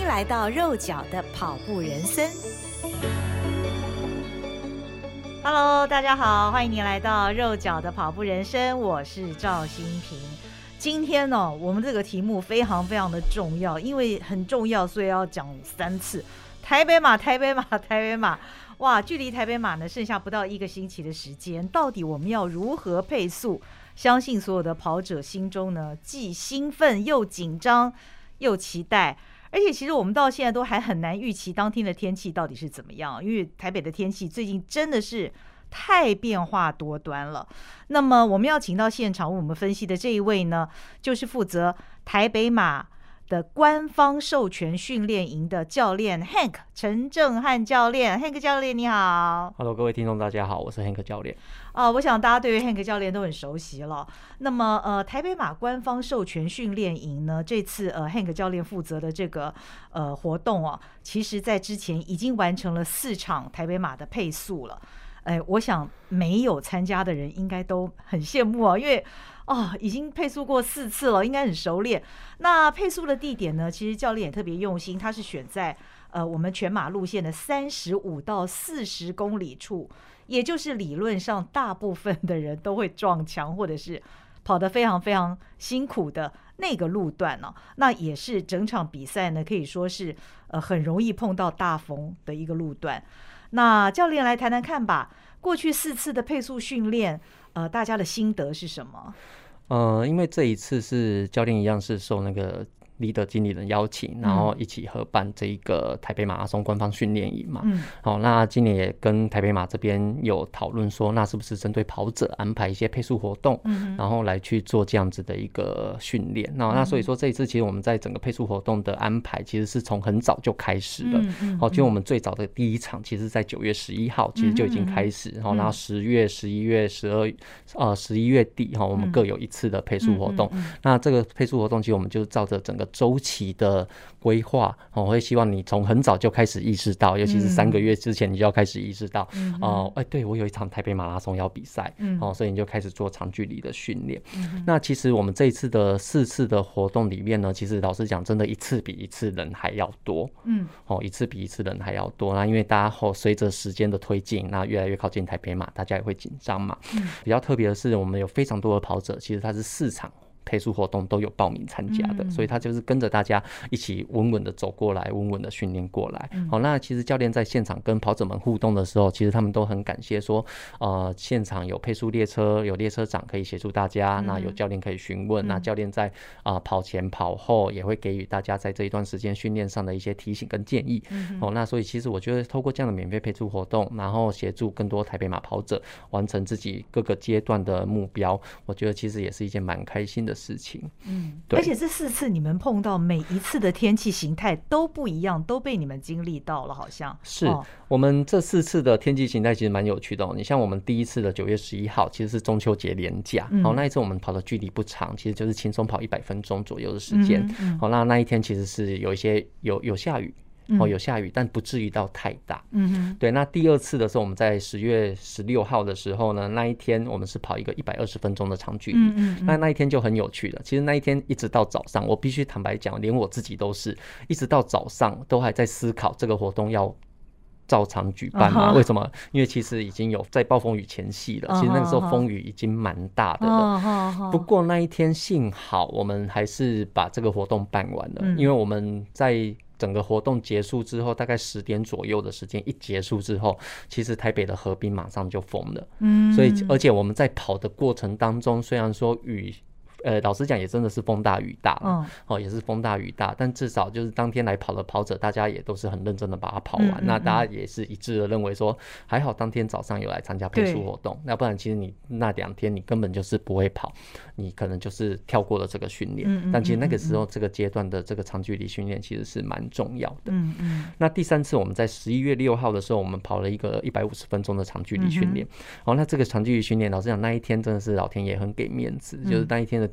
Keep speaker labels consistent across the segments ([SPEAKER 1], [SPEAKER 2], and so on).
[SPEAKER 1] 迎来到肉脚的跑步人生。Hello， 大家好，欢迎您来到肉脚的跑步人生，我是赵心屏。今天呢，我们这个题目非常非常的重要，因为很重要，所以要讲3次。台北马，台北马，台北马，哇，距离台北马呢剩下不到1个星期的时间，到底我们要如何配速？相信所有的跑者心中呢，既兴奋又紧张又期待。而且其实我们到现在都还很难预期当天的天气到底是怎么样，因为台北的天气最近真的是太变化多端了。那么我们要请到现场为我们分析的这一位呢，就是负责台北马的官方授权训练营的教练 Hank 陈正翰教练。 Hank 教练你好。
[SPEAKER 2] Hello， 各位听众大家好，我是 Hank 教练。
[SPEAKER 1] 我想大家对于 Hank 教练都很熟悉了。那么台北马官方授权训练营呢，这次Hank 教练负责的这个活动啊，其实在之前已经完成了4场台北马的配速了。我想没有参加的人应该都很羡慕啊，因为已经配速过4次了，应该很熟练。那配速的地点呢，其实教练也特别用心，他是选在我们全马路线的35到40公里处，也就是理论上大部分的人都会撞墙或者是跑得非常非常辛苦的那个路段呢。那也是整场比赛呢，可以说是很容易碰到大风的一个路段。那教练来谈谈看吧，过去4次的配速训练，大家的心得是什么？
[SPEAKER 2] 因为这一次是教练一样是受那个leader 经理人邀请，然后一起合办这一个台北马拉松官方训练营嘛。好，那今年也跟台北马这边有讨论说，那是不是针对跑者安排一些配速活动，然后来去做这样子的一个训练。那所以说这一次其实我们在整个配速活动的安排，其实是从很早就开始了。好，其实我们最早的第一场，其实在9月11号，其实就已经开始。然后10月、11月、11月底，我们各有1次的配速活动。那这个配速活动，其实我们就是照着整个周期的规划，我会希望你从很早就开始意识到，尤其是3个月之前你就要开始意识到，对，我有一场台北马拉松要比赛，所以你就开始做长距离的训练。那其实我们这一次的4次的活动里面呢，其实老实讲，真的一次比一次人还要多，一次比一次人还要多。那因为大家随着时间的推进，那越来越靠近台北马，大家也会紧张嘛。比较特别的是，我们有非常多的跑者，其实他是4场配速活动都有报名参加的，所以他就是跟着大家一起稳稳的走过来，稳稳的训练过来。好，那其实教练在现场跟跑者们互动的时候，其实他们都很感谢说，现场有配速列车，有列车长可以协助大家，那有教练可以询问，那教练在跑前跑后也会给予大家在这一段时间训练上的一些提醒跟建议。那所以其实我觉得透过这样的免费配速活动，然后协助更多台北马跑者完成自己各个阶段的目标，我觉得其实也是一件蛮开心的事情。
[SPEAKER 1] 而且这4次你们碰到每一次的天气形态都不一样，都被你们经历到了，好像
[SPEAKER 2] 是。我们这4次的天气形态其实蛮有趣的。你像我们第一次的9月11号，其实是中秋节连假，那一次我们跑的距离不长，其实就是轻松跑100分钟左右的时间。那一天其实是有一些有下雨。有下雨，但不至于到太大。对。那第2次的时候，我们在10月16号的时候呢，那一天我们是跑一个120分钟的长距离。那一天就很有趣了。其实那一天一直到早上，我必须坦白讲，连我自己都是一直到早上都还在思考这个活动要照常举办嘛？为什么？因为其实已经有在暴风雨前夕了，其实那个时候风雨已经蛮大的了。不过那一天幸好我们还是把这个活动办完了，因为我们在整个活动结束之后，大概10点左右的时间一结束之后，其实台北的河滨马上就封了。所以而且我们在跑的过程当中，虽然说雨老实讲也真的是风大雨大，也是风大雨大，但至少就是当天来跑的跑者，大家也都是很认真的把它跑完。那大家也是一致的认为说，还好当天早上有来参加配速活动，要不然其实你那2天你根本就是不会跑，你可能就是跳过了这个训练。但其实那个时候这个阶段的这个长距离训练其实是蛮重要的。那第3次我们在11月6号的时候，我们跑了一个150分钟的长距离训练。那这个长距离训练，老实讲那一天真的是老天爷很给面子，就是那一天的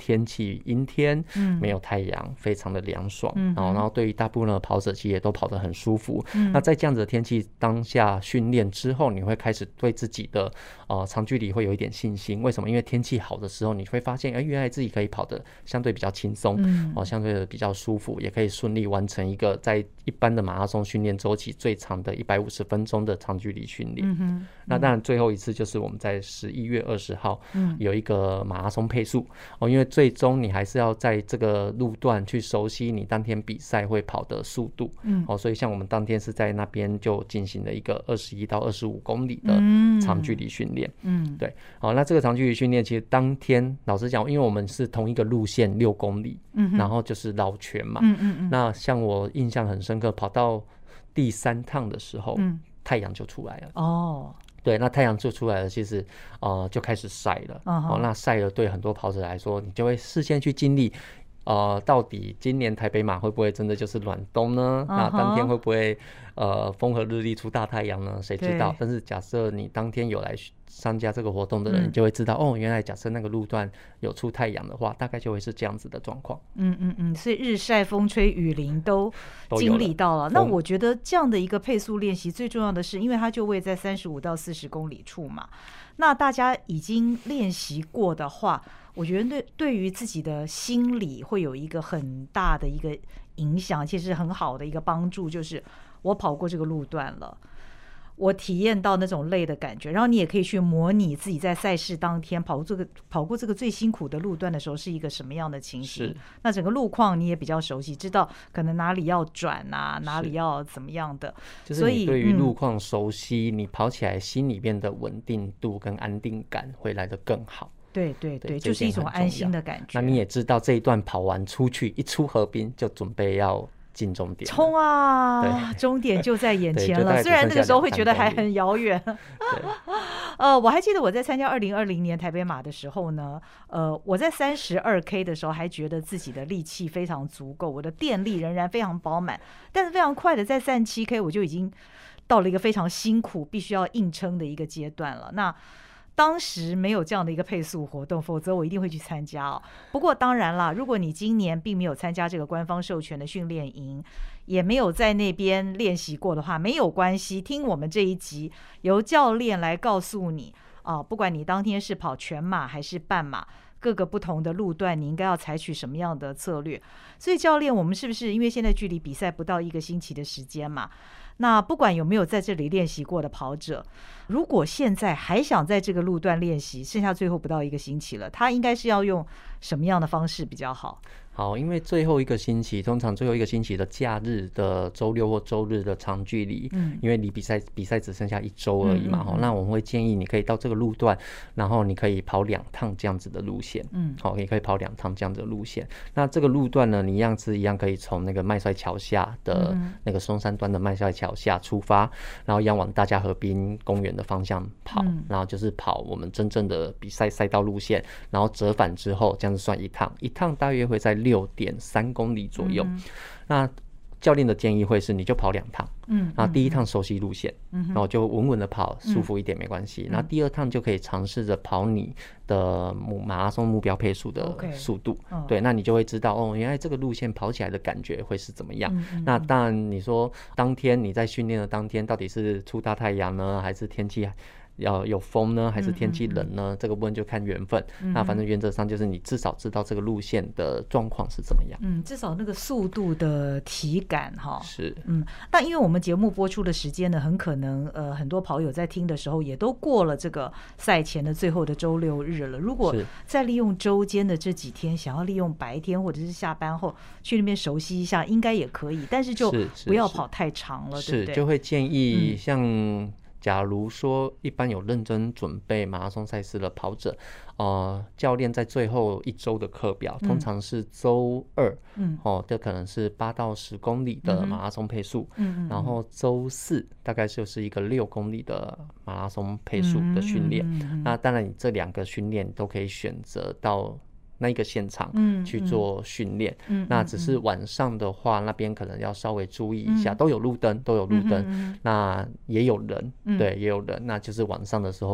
[SPEAKER 2] 天气阴天，没有太阳，非常的凉爽，然后对于大部分的跑者其实也都跑得很舒服。那在这样子的天气当下训练之后，你会开始对自己的长距离会有一点信心。为什么？因为天气好的时候，你会发现，原来自己可以跑得相对比较轻松，相对的比较舒服，也可以顺利完成一个在一般的马拉松训练周期最长的150分钟的长距离训练。那当然最后一次就是我们在11月20号有一个马拉松配速，因为最终你还是要在这个路段去熟悉你当天比赛会跑的速度，所以像我们当天是在那边就进行了一个21到25公里的长距离训练。对，那这个长距离训练其实当天老实讲，因为我们是同一个路线6公里，然后就是绕圈嘛，那像我印象很深刻，跑到第3趟的时候，太阳就出来了。对，那太阳就出来了，其实就开始晒了。那晒了对很多跑者来说，你就会事先去经历到底今年台北马会不会真的就是暖冬呢？那当天会不会风和日丽出大太阳呢？谁知道？但是假设你当天有来参加这个活动的人，你就会知道原来假设那个路段有出太阳的话，大概就会是这样子的状况。
[SPEAKER 1] 所以日晒风吹雨淋都经历到了。那我觉得这样的一个配速练习最重要的是，因为它就位在35到40公里处嘛，那大家已经练习过的话，我觉得对于自己的心理会有一个很大的一个影响，其实很好的一个帮助，就是我跑过这个路段了，我体验到那种累的感觉，然后你也可以去模拟自己在赛事当天跑过这个最辛苦的路段的时候是一个什么样的情形。那整个路况你也比较熟悉，知道可能哪里要转啊，哪里要怎么样的，
[SPEAKER 2] 就是你对于路况熟悉，你跑起来心里面的稳定度跟安定感会来得更好。
[SPEAKER 1] 对，就是一种安心的感觉。
[SPEAKER 2] 那你也知道这一段跑完出去，一出河滨就准备要进终点，
[SPEAKER 1] 冲啊！终点就在眼前了。虽然那个时候会觉得还很遥远。我还记得我在参加2020年台北马的时候呢，我在32K 的时候还觉得自己的力气非常足够，我的电力仍然非常饱满，但是非常快的在37K 我就已经到了一个非常辛苦必须要硬撑的一个阶段了。那当时没有这样的一个配速活动，否则我一定会去参加。不过当然啦，如果你今年并没有参加这个官方授权的训练营，也没有在那边练习过的话，没有关系，听我们这一集由教练来告诉你不管你当天是跑全马还是半马，各个不同的路段你应该要采取什么样的策略。所以教练，我们是不是因为现在距离比赛不到1个星期的时间嘛，那不管有没有在这里练习过的跑者，如果现在还想在这个路段练习，剩下最后不到1个星期了，他应该是要用什么样的方式比较好？
[SPEAKER 2] 好，因为最后1个星期，通常最后1个星期的假日的周六或周日的长距离，因为离比赛只剩下1周而已嘛，那我们会建议你可以到这个路段，然后你可以跑2趟这样子的路线，你可以跑2趟这样子的路线。那这个路段呢，你一样可以从那个麦帅桥下的那个松山端的麦帅桥下出发，然后一样往大家河滨公园的方向跑，然后就是跑我们真正的比赛赛道路线，然后折返之后这样子算一趟大约会在6.3公里左右。那教练的建议会是你就跑2趟，然后第1趟熟悉路线，然后就稳稳的跑，舒服一点没关系。然后第2趟就可以尝试着跑你的马拉松目标配速的速度，对，那你就会知道原来这个路线跑起来的感觉会是怎么样。那当然你说当天你在训练的当天到底是出大太阳呢，还是天气要有风呢，还是天气冷呢？这个部分就看缘分。那反正原则上就是你至少知道这个路线的状况是怎么样。
[SPEAKER 1] 至少那个速度的体感哈。
[SPEAKER 2] 是。
[SPEAKER 1] 那因为我们节目播出的时间呢，很可能很多跑友在听的时候也都过了这个赛前的最后的周6日了。如果再利用周间的这几天，想要利用白天或者是下班后去那边熟悉一下，应该也可以，但是就不要跑太长了，对不对？
[SPEAKER 2] 就会建议像。假如说一般有认真准备马拉松赛事的跑者，教练在最后1周的课表，通常是周2，这可能是8到10公里的马拉松配速，然后周4大概就是一个6公里的马拉松配速的训练。那当然，你这2个训练都可以选择到那一个现场去做训练，那只是晚上的话，那边可能要稍微注意一下，都有路灯，那也有人，对，也有人，那就是晚上的时候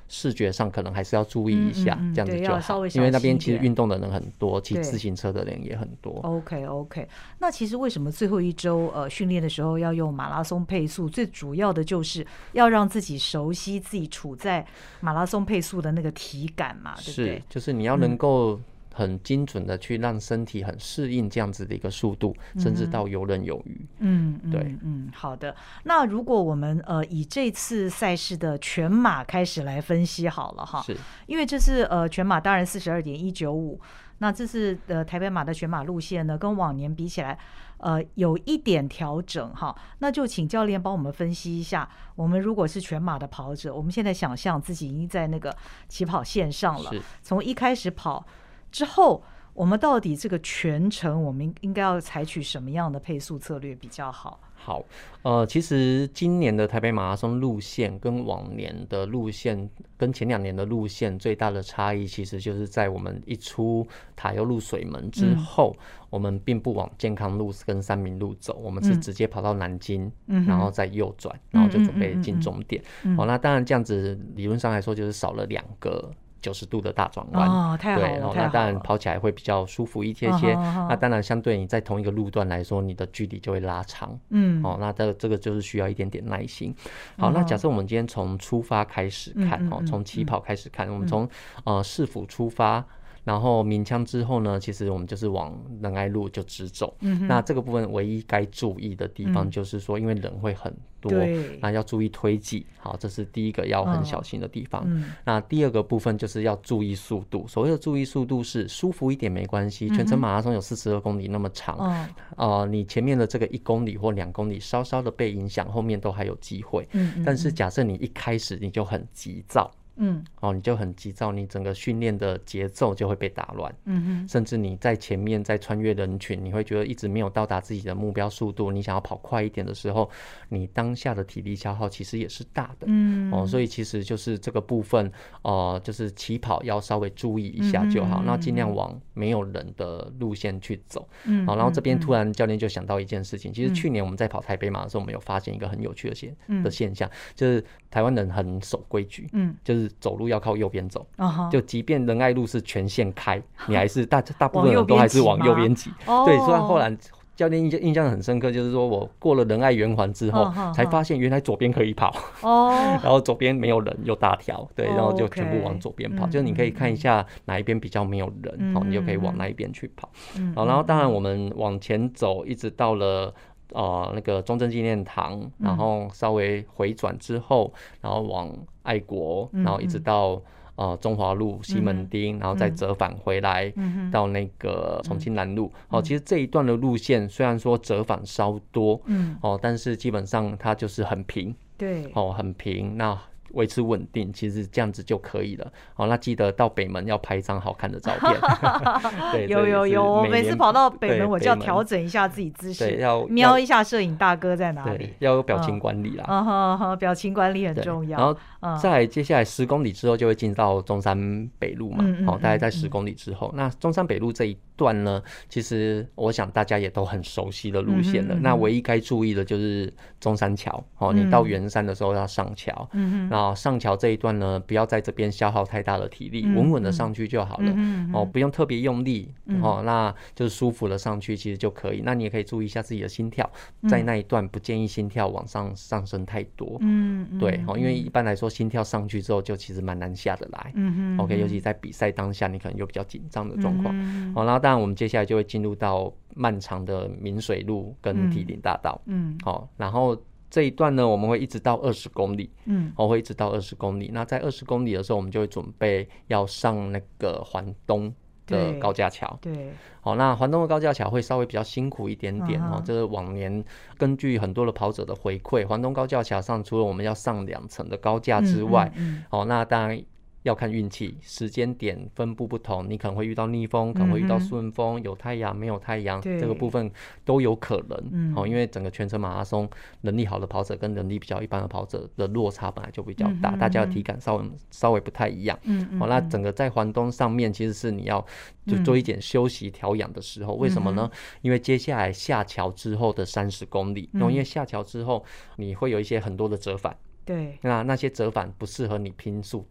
[SPEAKER 2] 视觉上可能还是要注意一下，这样子就好。因为那边其实运动的人很多，骑自行车的人也很多。
[SPEAKER 1] OK， 那其实为什么最后一周训练的时候要用马拉松配速？最主要的就是要让自己熟悉自己处在马拉松配速的那个体感嘛，对不对？
[SPEAKER 2] 是，就是你要能够很精准的去让身体很适应这样子的一个速度，甚至到游刃有余。对，
[SPEAKER 1] 好的。那如果我们以这次赛事的全马开始来分析好了哈，
[SPEAKER 2] 是
[SPEAKER 1] 因为这次全马当然42.195，那这次台北马的全马路线呢，跟往年比起来，有一点调整哈。那就请教练帮我们分析一下，我们如果是全马的跑者，我们现在想象自己已经在那个起跑线上了，从一开始跑之后，我们到底这个全程我们应该要采取什么样的配速策略比较好？
[SPEAKER 2] 好，其实今年的台北马拉松路线跟往年的路线跟前2年的路线最大的差异，其实就是在我们一出塔悠路水门之后，我们并不往健康路跟三民路走，我们是直接跑到南京，然后再右转，然后就准备进终点。那当然这样子理论上来说就是少了2个90度的大转弯，
[SPEAKER 1] 太好了，
[SPEAKER 2] 对，那当然跑起来会比较舒服一些些。那当然，相对你在同一个路段来说，你的距离就会拉长。那这个就是需要一点点耐心。好，那假设我们今天从出发开始看，从起跑开始看，我们从市府出发。然后鸣枪之后呢，其实我们就是往仁爱路就直走。那这个部分唯一该注意的地方就是说，因为人会很多，那要注意推挤。好，这是第一个要很小心的地方。那第二个部分就是要注意速度。所谓的注意速度是舒服一点没关系，全程马拉松有42公里那么长，你前面的这个1公里或2公里稍稍的被影响，后面都还有机会。但是假设你一开始你就很急躁。你就很急躁，你整个训练的节奏就会被打乱。甚至你在前面在穿越人群，你会觉得一直没有到达自己的目标速度，你想要跑快一点的时候，你当下的体力消耗其实也是大的。所以其实就是这个部分，就是起跑要稍微注意一下就好，那尽量往没有人的路线去走。好，然后这边突然教练就想到一件事情，其实去年我们在跑台北马的时候，我们有发现一个很有趣的现象，就是台湾人很守规矩，就是走路要靠右边走，就即便仁爱路是全线开，你还是大部分人都还是往右边挤。对，所以后来教练印象很深刻，就是说我过了仁爱圆环之后，才发现原来左边可以跑，然后左边没有人又大条，对，然后就全部往左边跑。就是你可以看一下哪一边比较没有人，你就可以往那一边去跑。然后当然我们往前走，一直到了那个中正纪念堂，然后稍微回转之后，然后往爱国，然后一直到中华路、西门町，然后再折返回来到那个重庆南路。其实这一段的路线虽然说折返稍多，但是基本上它就是很平，
[SPEAKER 1] 对，
[SPEAKER 2] 很平。那维持稳定，其实这样子就可以了。那记得到北门要拍一张好看的照片。对，
[SPEAKER 1] 有，我每次跑到北门，我就要调整一下自己姿势，要瞄一下摄影大哥在哪里。
[SPEAKER 2] 对，要有表情管理啦。
[SPEAKER 1] 表情管理很重要。
[SPEAKER 2] 然后再接下来10公里之后就会进到中山北路嘛，大概在10公里之后，那中山北路这一段呢，其实我想大家也都很熟悉的路线了。那唯一该注意的就是中山桥，你到圆山的时候要上桥。那上桥这一段呢，不要在这边消耗太大的体力，稳稳的上去就好了。不用特别用力，那就是舒服的上去其实就可以。那你也可以注意一下自己的心跳，在那一段不建议心跳往上升太多。对，因为一般来说心跳上去之后就其实蛮难下得来。OK， 尤其在比赛当下，你可能有比较紧张的状况。然后当然我们接下来就会进入到漫长的明水路跟堤顶大道。然后这一段呢，我们会一直到20公里，会一直到20公里。那在20公里的时候，我们就会准备要上那个环东的高架桥。对，那环东的高架桥会稍微比较辛苦一点点。这是往年根据很多的跑者的回馈，环东高架桥上除了我们要上2层的高架之外，那当然要看运气，时间点分布不同，你可能会遇到逆风，可能会遇到顺风，有太阳没有太阳，这个部分都有可能。因为整个全程马拉松，能力好的跑者跟能力比较一般的跑者的落差本来就比较大，大家的体感稍微不太一样。那整个在环东上面，其实是你要就做一点休息调养的时候。为什么呢？因为接下来下桥之后的30公里，因为下桥之后你会有一些很多的折返。对，那些折返不适合你拼速度。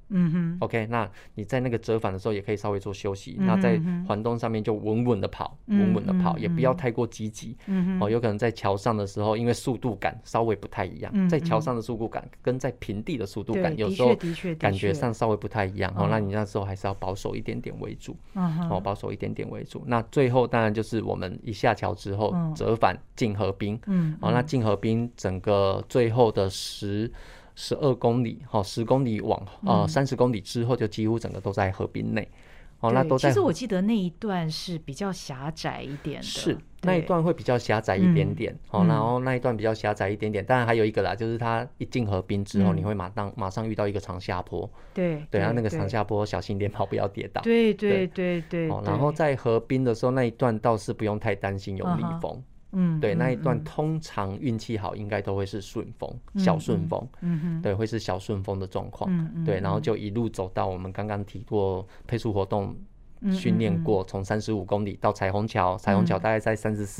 [SPEAKER 2] OK， 那你在那个折返的时候也可以稍微做休息，那在环东上面就稳稳的跑，稳稳的跑，也不要太过积极。有可能在桥上的时候，因为速度感稍微不太一样，在桥上的速度感跟在平地的速度感有时候感觉上稍微不太一样。那你那时候还是要保守一点点为主，保守一点点为主。那最后当然就是我们一下桥之后折返进河滨，那进河滨整个最后的12公里，10公里往30公里之后，就几乎整个都在河滨内。那都在。
[SPEAKER 1] 其实我记得那一段是比较狭窄一点的，
[SPEAKER 2] 是那一段会比较狭窄一点点，然后那一段比较狭窄一点点。当然还有一个啦，就是它一进河滨之后，你会马上遇到一个长下坡，对，然后那个长下坡小心点跑，不要跌倒。
[SPEAKER 1] 对。
[SPEAKER 2] 然后在河滨的时候，那一段倒是不用太担心有逆风。对，那一段通常运气好应该都会是顺风，小顺风，对，会是小顺风的状况，对，然后就一路走到我们刚刚提过配速活动训练过，从35公里到彩虹桥，彩虹桥大概在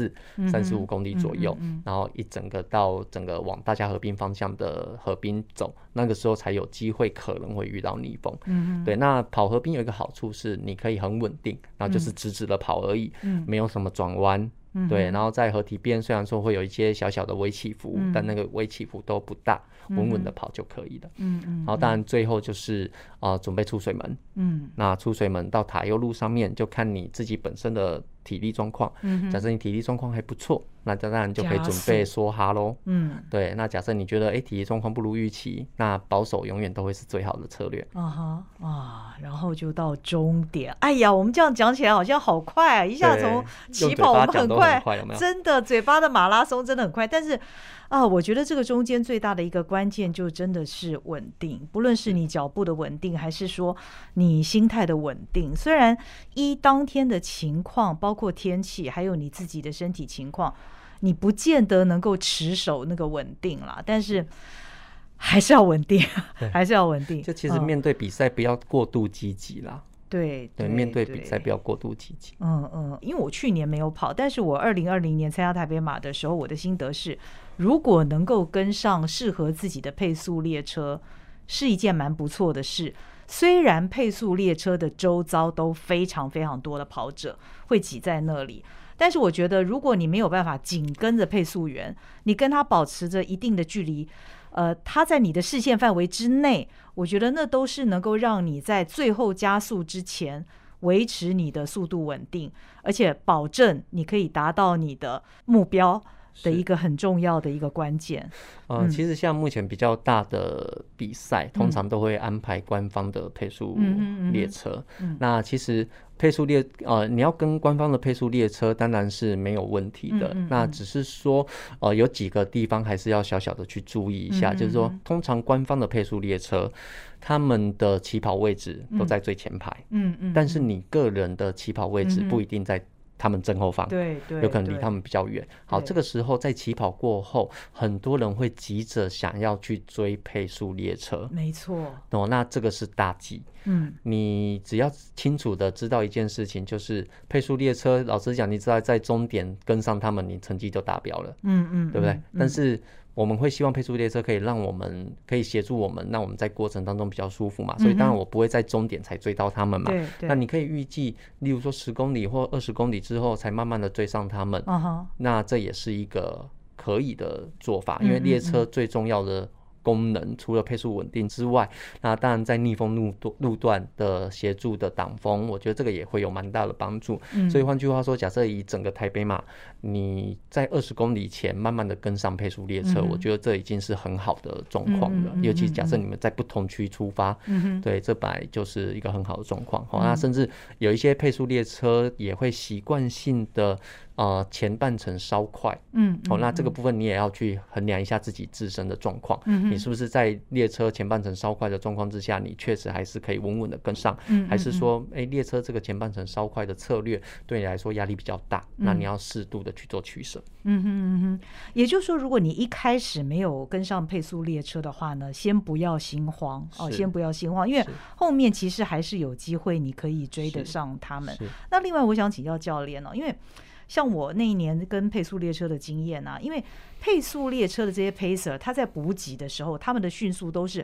[SPEAKER 2] 35公里左右，然后一整个到整个往大家河滨方向的河滨走，那个时候才有机会可能会遇到逆风。对，那跑河滨有一个好处是你可以很稳定，然后就是直直的跑而已，没有什么转弯。对，然后在河堤边虽然说会有一些小小的微起伏，但那个微起伏都不大，稳稳的跑就可以了。然后当然最后就是准备出水门。那出水门到塔悠路上面就看你自己本身的体力状况。假设你体力状况还不错，那当然就可以准备梭哈咯。对，那假设你觉得体力状况不如预期，那保守永远都会是最好的策略。
[SPEAKER 1] 然后就到终点。哎呀，我们这样讲起来好像好快啊！一下从起跑我们很快，
[SPEAKER 2] 有没有？
[SPEAKER 1] 真的嘴巴的马拉松真的很快，但是我觉得这个中间最大的一个关键就真的是稳定，不论是你脚步的稳定，还是说你心态的稳定。虽然当天的情况，包括天气，还有你自己的身体情况，你不见得能够持守那个稳定啦，但是还是要稳定，还是要稳定。
[SPEAKER 2] 就其实面对比赛不要过度积极啦。
[SPEAKER 1] 对，
[SPEAKER 2] 面对比赛不要过度积极。
[SPEAKER 1] 因为我去年没有跑，但是我2020年参加台北马的时候，我的心得是，如果能够跟上适合自己的配速列车，是一件蛮不错的事。虽然配速列车的周遭都非常非常多的跑者会挤在那里，但是我觉得如果你没有办法紧跟着配速员，你跟他保持着一定的距离，他在你的视线范围之内，我觉得那都是能够让你在最后加速之前维持你的速度稳定，而且保证你可以达到你的目标的一个很重要的一个关键。
[SPEAKER 2] 其实像目前比较大的比赛，通常都会安排官方的配速列车。那其实配速你要跟官方的配速列车当然是没有问题的。那只是说有几个地方还是要小小的去注意一下，就是说通常官方的配速列车他们的起跑位置都在最前排，但是你个人的起跑位置不一定在他们正后方，
[SPEAKER 1] 对，
[SPEAKER 2] 有可能离他们比较远。好，这个时候在起跑过后，很多人会急着想要去追配速列车，
[SPEAKER 1] 没错。
[SPEAKER 2] 那这个是大忌。你只要清楚的知道一件事情，就是配速列车，老实讲，你知道在终点跟上他们，你成绩就达标了，对不对？但是我们会希望配速列车可以让我们可以协助我们，让我们在过程当中比较舒服嘛。所以当然我不会在终点才追到他们嘛。那你可以预计，例如说10公里或20公里之后才慢慢的追上他们。那这也是一个可以的做法，因为列车最重要的功能除了配速稳定之外，那当然在逆风路段的协助的挡风，我觉得这个也会有蛮大的帮助。所以换句话说，假设以整个台北马，你在20公里前慢慢的跟上配速列车，我觉得这已经是很好的状况了。尤其假设你们在不同区出发，对，这本来就是一个很好的状况。那甚至有一些配速列车也会习惯性的前半程稍快，那这个部分你也要去衡量一下自己自身的状况，你是不是在列车前半程稍快的状况之下，你确实还是可以稳稳的跟上，还是说列车这个前半程稍快的策略对你来说压力比较大，那你要适度的去做取舍。
[SPEAKER 1] 也就是说，如果你一开始没有跟上配速列车的话呢，先不要心慌先不要心慌，因为后面其实还是有机会你可以追得上他们。那另外我想请教教练因为像我那一年跟配速列车的经验因为配速列车的这些 pacer 他在补给的时候，他们的迅速都是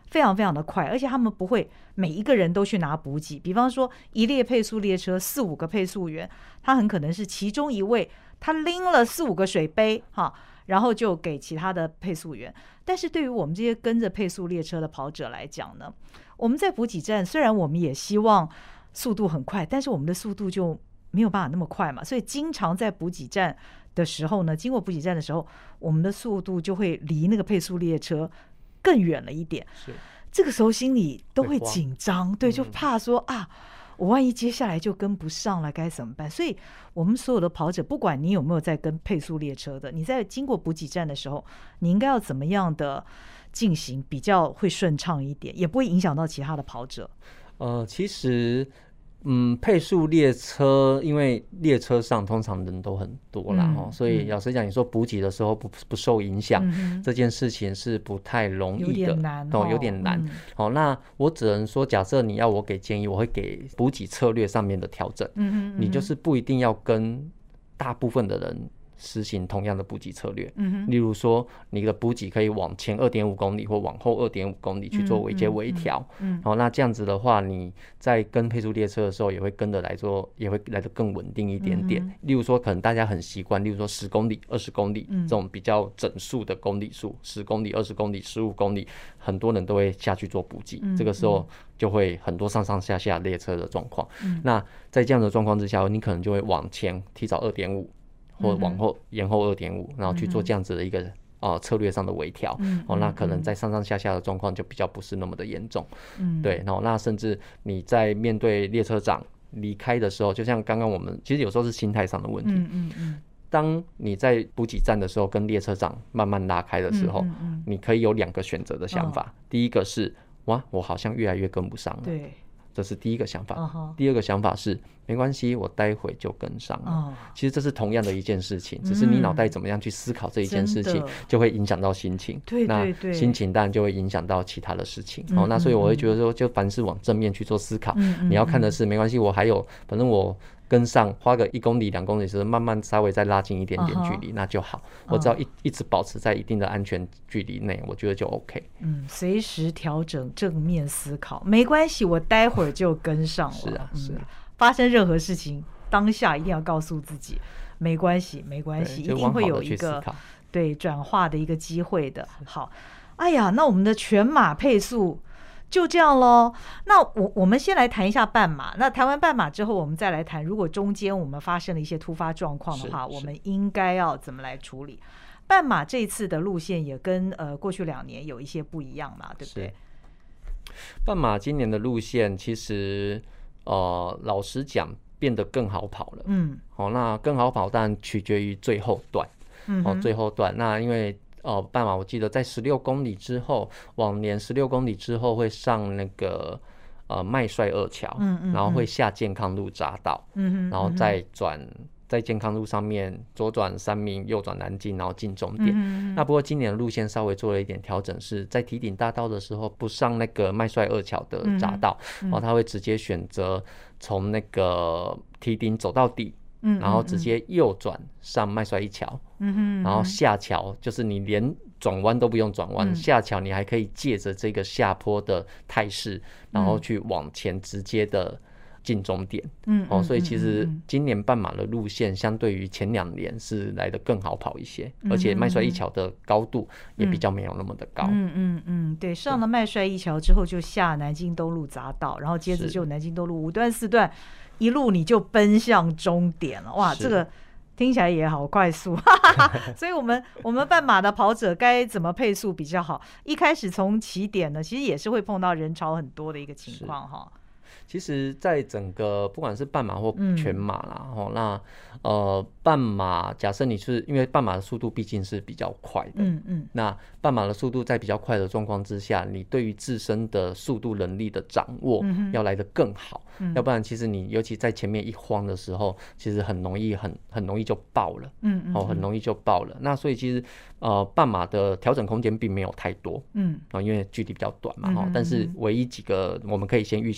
[SPEAKER 1] 非常非常的快，而且他们不会每一个人都去拿补给。比方说一列配速列车4、5个配速员，他很可能是其中一位，他拎了4、5个水杯哈，然后就给其他的配速员。但是对于我们这些跟着配速列车的跑者来讲呢，我们在补给站虽然我们也希望速度很快，但是我们的速度就没有办法那么快嘛，所以经常在补给站的时候呢，经过补给站的时候，我们的速度就会离那个配速列车更远了一点。这个时候心里都会紧张，对，就怕说啊，我万一接下来就跟不上了，该怎么办？所以我们所有的跑者，不管你有没有在跟配速列车的，你在经过补给站的时候，你应该要怎么样的进行比较会顺畅一点，也不会影响到其他的跑者？
[SPEAKER 2] 其实配速列车，因为列车上通常人都很多啦，所以老实讲，你说补给的时候不受影响，这件事情是不太容易的，有点难。那我只能说，假设你要我给建议，我会给补给策略上面的调整。你就是不一定要跟大部分的人实行同样的补给策略，例如说你的补给可以往前2.5公里或往后2.5公里去做微接微调，那这样子的话，你在跟配速列车的时候也会跟着来做，也会来得更稳定一点点。例如说可能大家很习惯，例如说10公里、20公里这种比较整数的公里数，10公里、20公里、15公里，很多人都会下去做补给，这个时候就会很多上上下下列车的状况。那在这样的状况之下，你可能就会往前提早2.5。或往后延后2.5，然后去做这样子的一个策略上的微调，那可能在上上下下的状况就比较不是那么的严重，对，然后那甚至你在面对列车长离开的时候，就像刚刚我们其实有时候是心态上的问题，当你在补给站的时候跟列车长慢慢拉开的时候，你可以有2个选择的想法，第一个是哇，我好像越来越跟不上了，对。这是第一个想法，第二个想法是没关系，我待会就跟上了。其实这是同样的一件事情，只是你脑袋怎么样去思考这一件事情，就会影响到心情。对，那心情当然就会影响到其他的事情。那所以我会觉得说，就凡事往正面去做思考。你要看的是没关系，我还有，反正我跟上，花个1公里、2公里的时候，慢慢稍微再拉近一点点距离，那就好。我只要一直保持在一定的安全距离内，我觉得就 OK。
[SPEAKER 1] 随时调整，正面思考，没关系，我待会儿就跟上了。
[SPEAKER 2] 是啊。
[SPEAKER 1] 发生任何事情，当下一定要告诉自己，没关系，没关系，一定会有一个对转化的一个机会的。好，哎呀，那我们的全马配速就这样咯。那我们先来谈一下半马。那谈完半马之后，我们再来谈，如果中间我们发生了一些突发状况的话，我们应该要怎么来处理？半马这一次的路线也跟过去2年有一些不一样嘛，对不对？
[SPEAKER 2] 半马今年的路线其实老实讲变得更好跑了。那更好跑当然取决于最后段。最后段那因为半马我记得在16公里之后，往年16公里之后会上那个麦帅2桥，然后会下健康路匝道，然后再转在健康路上面左转3名，右转南京，然后进终点。那不过今年的路线稍微做了一点调整，是在堤顶大道的时候不上那个麦帅2桥的匝道，他会直接选择从那个堤顶走到底，然后直接右转上麦帅1桥，然后下桥就是你连转弯都不用转弯，下桥你还可以借着这个下坡的态势，然后去往前直接的进终点。所以其实今年半马的路线相对于前2年是来得更好跑一些，而且麦帅1桥的高度也比较没有那么的高。
[SPEAKER 1] 对，上了麦帅1桥之后就下南京东路匝道，然后接着就南京东路5段4段，一路你就奔向终点了。哇，这个听起来也好快速。所以我们半马的跑者该怎么配速比较好？一开始从起点呢，其实也是会碰到人潮很多的一个情况哈。
[SPEAKER 2] 其实在整个不管是半马或全马啦，那半马假设你是因为半马的速度毕竟是比较快的，那半马的速度在比较快的状况之下，你对于自身的速度能力的掌握要来得更好，要不然其实你尤其在前面一慌的时候，其实很容易就爆了，很容易就爆了。那所以其实半马的调整空间并没有太多，因为距离比较短嘛，但是唯一几个我们可以先预先做好准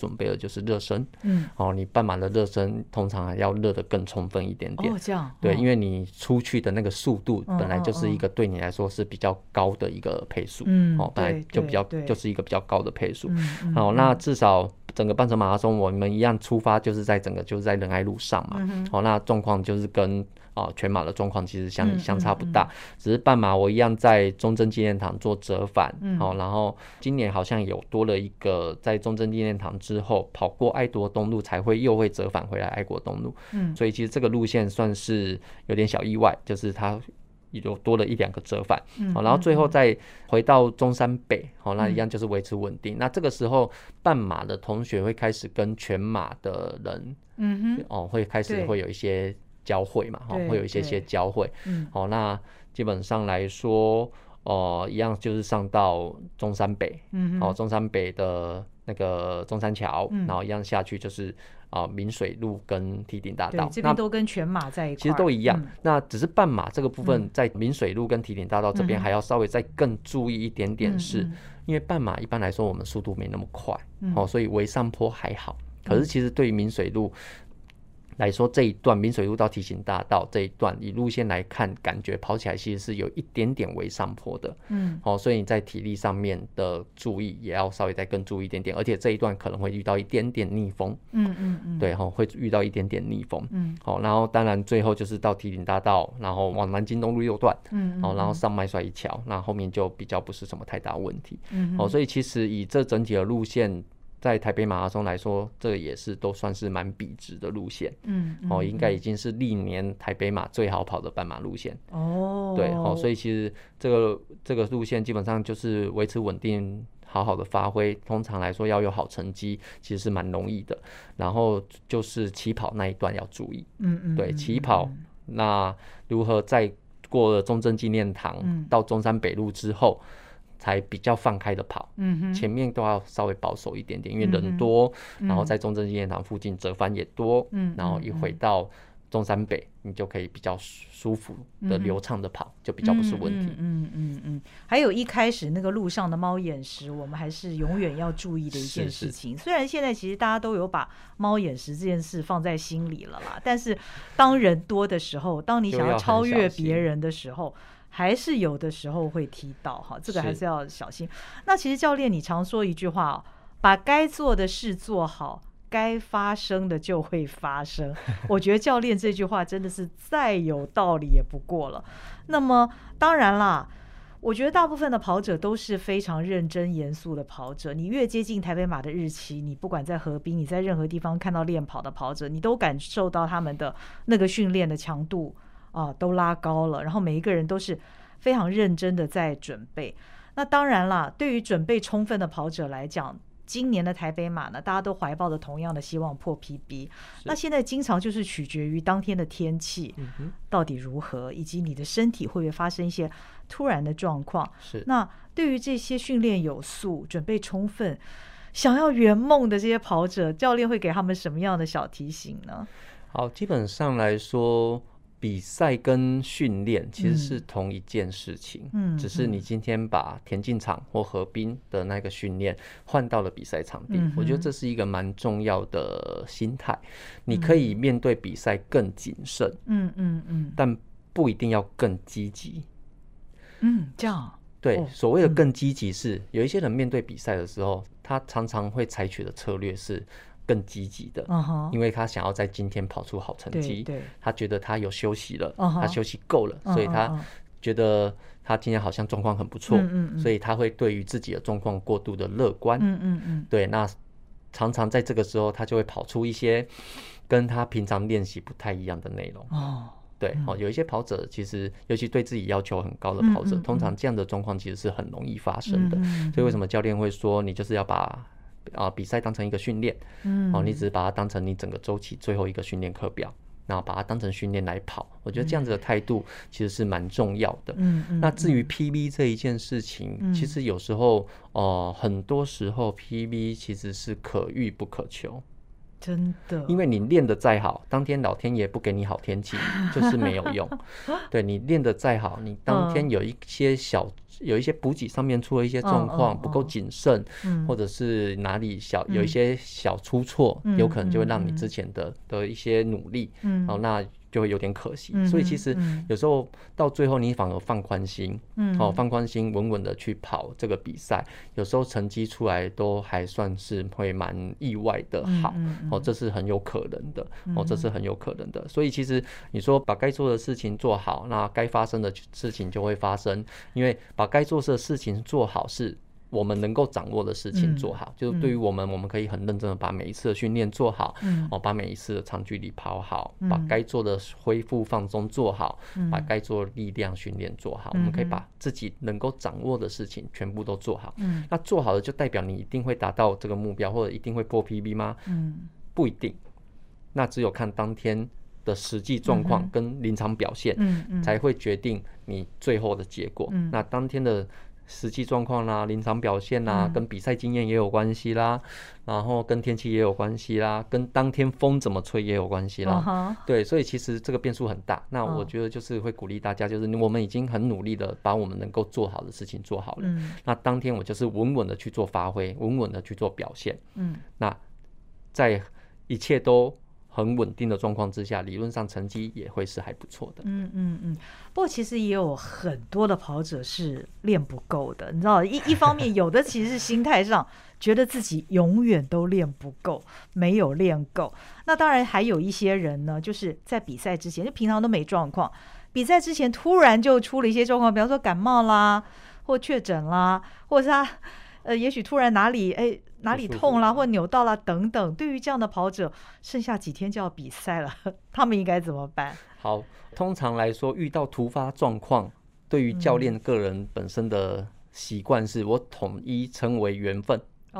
[SPEAKER 2] 准备的就是热身。你半马的热身通常还要热得更充分一点点。
[SPEAKER 1] 这样。
[SPEAKER 2] 对，因为你出去的那个速度本来就是一个对你来说是比较高的一个配速。本来就就是一个比较高的配速。那至少整个半程马拉松我们一样出发就是在仁爱路上嘛。那状况就是跟全马的状况其实相差不大。只是半马我一样在中正纪念堂做折返。然后今年好像有多了一个在中正纪念堂之后跑过爱国东路才又会折返回来爱国东路。所以其实这个路线算是有点小意外，就是它有多了1-2个折返。然后最后再回到中山北。那一样就是维持稳定。那这个时候半马的同学会开始跟全马的人会开始会有一些交汇嘛。会有一些交汇。那基本上来说一样就是上到中山北。中山北的那个中山桥。然后一样下去就是明水路跟堤顶大道，
[SPEAKER 1] 这边都跟全马在一块，
[SPEAKER 2] 其实都一样。那只是半马这个部分在明水路跟堤顶大道这边还要稍微再更注意一点点，是因为半马一般来说我们速度没那么快。所以微上坡还好。可是其实对于明水路来说，这一段明水路到堤顶大道这一段以路线来看，感觉跑起来其实是有一点点微上坡的。所以你在体力上面的注意也要稍微再更注意一点点，而且这一段可能会遇到一点点逆风。对，会遇到一点点逆风。然后当然最后就是到堤顶大道，然后往南京东路右段。然后上麦帅一桥，那后面就比较不是什么太大问题。所以其实以这整体的路线在台北马拉松来说，这个也是都算是蛮笔直的路线。应该已经是历年台北马最好跑的半马路线。对，所以其实这个路线基本上就是维持稳定，好好的发挥。通常来说要有好成绩其实是蛮容易的。然后就是起跑那一段要注意。对，起跑那如何在过了中正纪念堂到中山北路之后才比较放开的跑。前面都要稍微保守一点点，因为人多。然后在中正纪念堂附近折返也多。然后一回到中山北，你就可以比较舒服的流畅的跑，就比较不是问题。
[SPEAKER 1] 还有一开始那个路上的猫眼石，我们还是永远要注意的一件事情。虽然现在其实大家都有把猫眼石这件事放在心里了啦，但是当人多的时候，当你想要超越别人的时候，还是有的时候会踢到哈，这个还是要小心。那其实教练你常说一句话把该做的事做好，该发生的就会发生。我觉得教练这句话真的是再有道理也不过了。那么当然啦，我觉得大部分的跑者都是非常认真严肃的跑者。你越接近台北马的日期，你不管在河滨，你在任何地方看到练跑的跑者，你都感受到他们的那个训练的强度都拉高了，然后每一个人都是非常认真的在准备。那当然啦，对于准备充分的跑者来讲，今年的台北马呢，大家都怀抱着同样的希望破 PB。那现在经常就是取决于当天的天气到底如何，以及你的身体会不会发生一些突然的状况。那对于这些训练有素、准备充分、想要圆梦的这些跑者，教练会给他们什么样的小提醒呢？
[SPEAKER 2] 好，基本上来说，比赛跟训练其实是同一件事情。只是你今天把田径场或河滨的那个训练换到了比赛场地。我觉得这是一个蛮重要的心态。你可以面对比赛更谨慎，但不一定要更积极。
[SPEAKER 1] 这样
[SPEAKER 2] 对，所谓的更积极是有一些人面对比赛的时候，他常常会采取的策略是更积极的。因为他想要在今天跑出好成绩。他觉得他有休息了，他休息够了，所以他觉得他今天好像状况很不错。所以他会对于自己的状况过度的乐观。对，那常常在这个时候他就会跑出一些跟他平常练习不太一样的内容。对，有一些跑者其实尤其对自己要求很高的跑者，通常这样的状况其实是很容易发生的。所以为什么教练会说你就是要把比赛当成一个训练。你只是把它当成你整个周期最后一个训练课表，然后把它当成训练来跑。我觉得这样子的态度其实是蛮重要的。那至于 PB 这一件事情，其实有时候很多时候 PB 其实是可遇不可求。
[SPEAKER 1] 真的，
[SPEAKER 2] 因为你练得再好，当天老天爷不给你好天气，就是没有用。对，你练得再好，你当天有一些补给上面出了一些状况，不够谨慎，或者是哪里有一些小出错，有可能就会让你之前的一些努力，那就会有点可惜。所以其实有时候到最后你反而放宽心，放宽心，稳稳的去跑这个比赛，有时候成绩出来都还算是会蛮意外的好，这是很有可能的，这是很有可能的。所以其实你说把该做的事情做好，那该发生的事情就会发生，因为把该做的事情做好是我们能够掌握的事情做好，就是对于我们可以很认真的把每一次的训练做好，把每一次的长距离跑好，把该做的恢复放松做好，把该做的力量训练做好，我们可以把自己能够掌握的事情全部都做好。那做好了就代表你一定会达到这个目标，或者一定会破 PB 吗？不一定，那只有看当天的实际状况跟临场表现，才会决定你最后的结果。那当天的实际状况啦、临场表现啦，跟比赛经验也有关系啦，然后跟天气也有关系啦，跟当天风怎么吹也有关系啦。对，所以其实这个变数很大。那我觉得就是会鼓励大家，就是我们已经很努力的把我们能够做好的事情做好了。那当天我就是稳稳的去做发挥，稳稳的去做表现。那在一切都很稳定的状况之下，理论上成绩也会是还不错的。
[SPEAKER 1] 不过其实也有很多的跑者是练不够的，你知道，一方面有的其实是心态上觉得自己永远都练不够，没有练够。那当然还有一些人呢，就是在比赛之前，就平常都没状况，比赛之前突然就出了一些状况，比方说感冒啦，或确诊啦，或者是他也许突然哪里痛啦，或扭到啦等等。对于这样的跑者，剩下几天就要比赛了，他们应该怎么办？
[SPEAKER 2] 好，通常来说，遇到突发状况，对于教练个人本身的习惯是我统一称为缘分。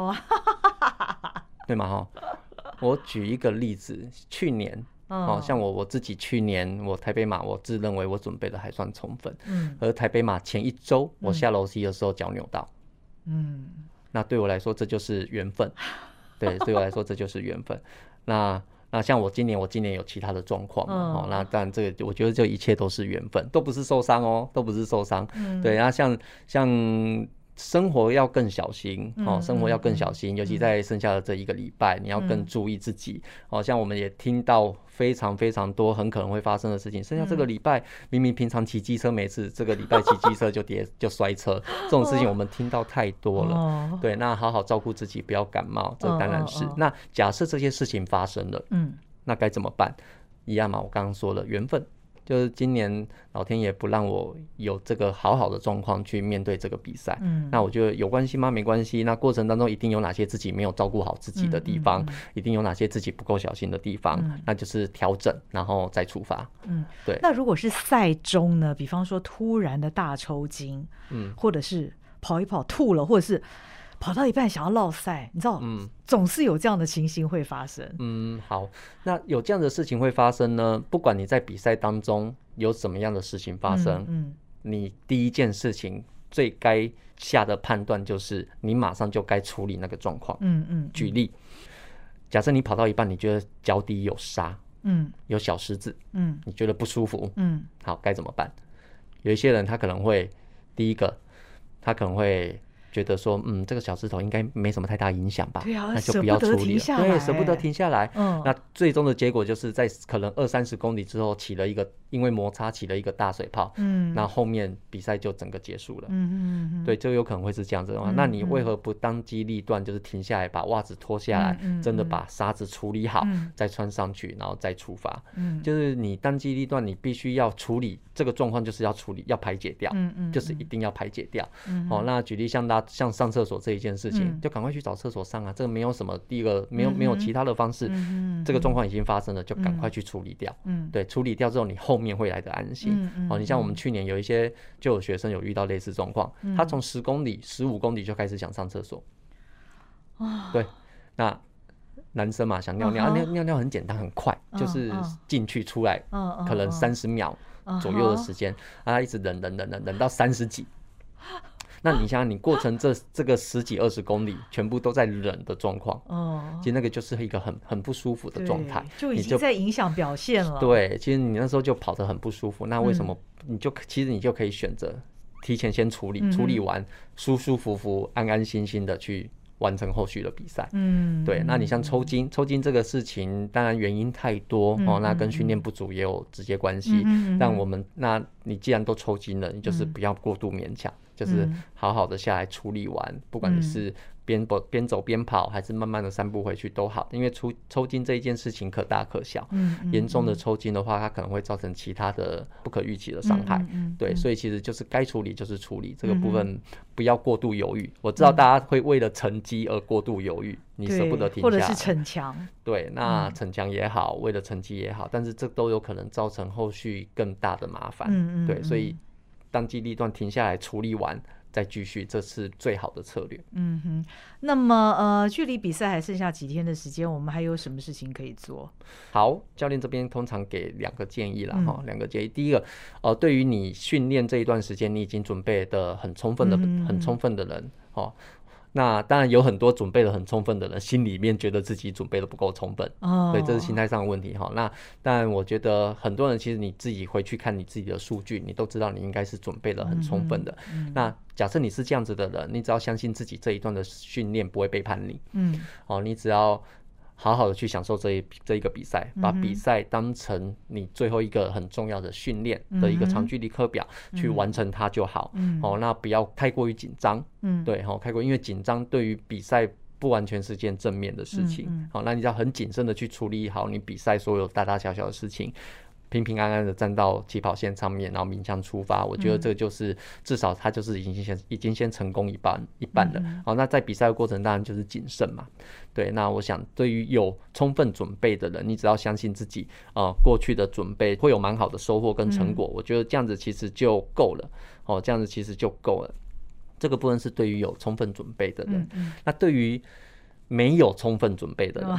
[SPEAKER 2] 对吗？我举一个例子，去年。像我自己去年我台北马，我自认为我准备的还算充分，而台北马前一周我下楼梯的时候脚扭到，那对我来说这就是缘分，对我来说这就是缘分。那像我今年有其他的状况嘛，那当然这个我觉得这一切都是缘分，都不是受伤哦，都不是受伤。对，然后像生活要更小心，生活要更小心，尤其在剩下的这一个礼拜，你要更注意自己。像我们也听到非常非常多很可能会发生的事情。剩下这个礼拜，明明平常骑机车没事，这个礼拜骑机车就摔车，这种事情我们听到太多了。对，那好好照顾自己，不要感冒，这当然是。那假设这些事情发生了，那该怎么办？一样嘛，我刚刚说了，缘分。就是今年老天爷不让我有这个好好的状况去面对这个比赛，那我觉得有关系吗？没关系。那过程当中一定有哪些自己没有照顾好自己的地方，一定有哪些自己不够小心的地方，那就是调整，然后再出发。对。
[SPEAKER 1] 那如果是赛中呢？比方说突然的大抽筋，或者是跑一跑吐了，或者是跑到一半想要落赛，你知道，总是有这样的情形会发生。
[SPEAKER 2] 好，那有这样的事情会发生呢？不管你在比赛当中有什么样的事情发生，你第一件事情最该下的判断就是你马上就该处理那个状况。举例，假设你跑到一半，你觉得脚底有沙，有小石子，你觉得不舒服，好，该怎么办？有一些人他可能会，第一个，他可能会觉得说，这个小石头应该没什么太大影响吧？
[SPEAKER 1] 对啊，
[SPEAKER 2] 那就不要处理了。对，舍不得停下来。那最终的结果就是在可能20-30公里之后起了一个，因为摩擦起了一个大水泡。那后面比赛就整个结束了。对，就有可能会是这样子的话，那你为何不当机立断，就是停下来，把袜子脱下来，真的把沙子处理好，再穿上去，然后再出发？就是你当机立断，你必须要处理这个状况，就是要处理，要排解掉，就是一定要排解掉。那举例像上厕所这一件事情，就赶快去找厕所上啊！这个没有什么，第一个没有其他的方式，这个状况已经发生了，就赶快去处理掉。对，处理掉之后，你后面会来的安心。你像我们去年有一些就有学生有遇到类似状况，他从10公里、15公里就开始想上厕所。对，那男生嘛，想尿尿，尿尿很简单很快，就是进去出来，可能30秒左右的时间，他一直忍到30几。 那你想想，你过程这个10几20公里，全部都在冷的状况，其实那个就是一个很不舒服的状态，
[SPEAKER 1] 就已经在影响表现了。
[SPEAKER 2] 对，其实你那时候就跑得很不舒服，那为什么其实你就可以选择提前先处理，处理完舒舒服服、安安心心的去完成后续的比赛。对。那你像抽筋这个事情，当然原因太多那跟训练不足也有直接关系。但那你既然都抽筋了，你就是不要过度勉强，就是好好的下来处理完，不管你是边走边跑，还是慢慢的散步回去都好，因为抽筋这一件事情可大可小。严重的抽筋的话，它可能会造成其他的不可预期的伤害。对，所以其实就是该处理就是处理，这个部分不要过度犹豫。我知道大家会为了成绩而过度犹豫，你舍不得停下来，
[SPEAKER 1] 或者是逞强。
[SPEAKER 2] 对，那逞强也好，为了成绩也好，但是这都有可能造成后续更大的麻烦。对，所以当机立断停下来处理完再继续，这是最好的策略。
[SPEAKER 1] 那么距离比赛还剩下几天的时间，我们还有什么事情可以做？
[SPEAKER 2] 好，教练这边通常给2个建议啦2个建议。第一个，对于你训练这一段时间，你已经准备的很充分的人，那当然有很多准备的很充分的人，心里面觉得自己准备的不够充分，所以这是心态上的问题。那当然我觉得很多人其实你自己回去看你自己的数据，你都知道你应该是准备的很充分的。那假设你是这样子的人，你只要相信自己这一段的训练不会背叛你，你只要好好的去享受这一个比赛，把比赛当成你最后一个很重要的训练的一个长距离课表，去完成它就好。那不要太过于紧张。对，因为紧张对于比赛不完全是件正面的事情。那你要很谨慎的去处理好你比赛所有大大小小的事情，平平安安的站到起跑线上面，然后鸣枪出发。我觉得这就是至少他就是已经先成功一半了。那在比赛的过程当然就是谨慎嘛。对，那我想对于有充分准备的人，你只要相信自己过去的准备会有蛮好的收获跟成果，我觉得这样子其实就够了。这样子其实就够了。这个部分是对于有充分准备的人。那对于没有充分准备的人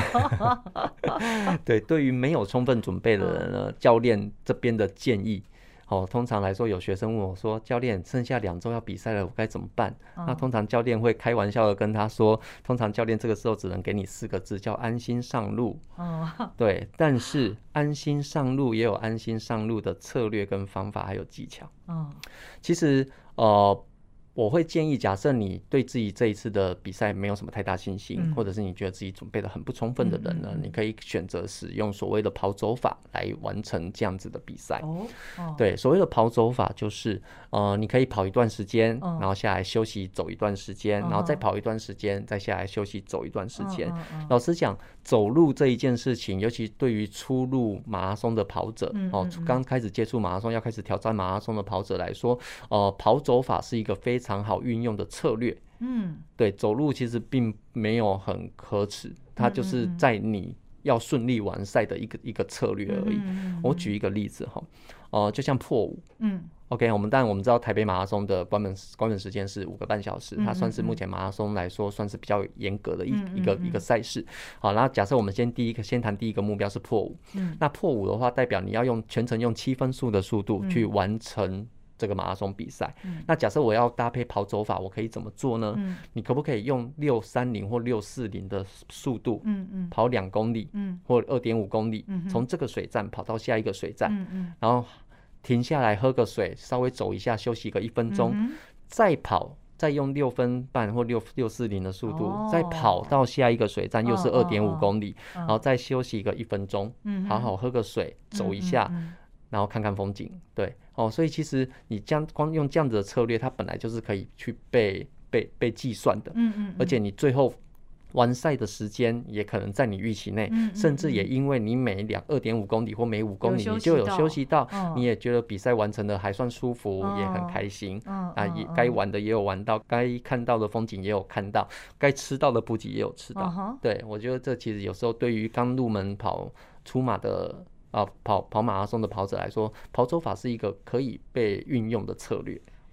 [SPEAKER 2] 对，对于没有充分准备的人呢，教练这边的建议，通常来说有学生问我说，教练剩下2周要比赛了，我该怎么办？那通常教练会开玩笑的跟他说，通常教练这个时候只能给你4个字，叫安心上路。对，但是安心上路也有安心上路的策略跟方法还有技巧。其实我会建议，假设你对自己这一次的比赛没有什么太大信心，或者是你觉得自己准备的很不充分的人呢，你可以选择使用所谓的跑走法来完成这样子的比赛。对，所谓的跑走法就是你可以跑一段时间，然后下来休息走一段时间，然后再跑一段时间，再下来休息走一段时间。老实讲，走路这一件事情，尤其对于初入马拉松的跑者，刚开始接触马拉松要开始挑战马拉松的跑者来说，跑走法是一个非常好运用的策略。对，走路其实并没有很可耻，它就是在你要顺利完赛的一个策略而已。我举一个例子就像破五。OK， 我们知道台北马拉松的关门时间是5个半小时，它算是目前马拉松来说算是比较严格的一个赛事。好，然后假设我们先谈第一个目标是破五。那破五的话，代表你要全程用7分速的速度去完成这个马拉松比赛。那假设我要搭配跑走法，我可以怎么做呢？你可不可以用630或640的速度跑2公里或2.5公里，从这个水站跑到下一个水站，然后停下来喝个水，稍微走一下，休息个1分钟，再跑，再用6分半或640的速度，再跑到下一个水站，又是2.5公里，然后再休息个1分钟，好好喝个水，走一下，然后看看风景。对，所以其实你光用这样子的策略，它本来就是可以去被计算的。而且你最后完赛的时间也可能在你预期内，甚至也因为你每2.5公里或每5公里你就有休息到，你也觉得比赛完成的还算舒服，也很开心。也该玩的也有玩到，该看到的风景也有看到，该吃到的补给也有吃到。对，我觉得这其实有时候对于刚入门出马的跑马拉松的跑者来说，跑走法是一个可以被运用的策略。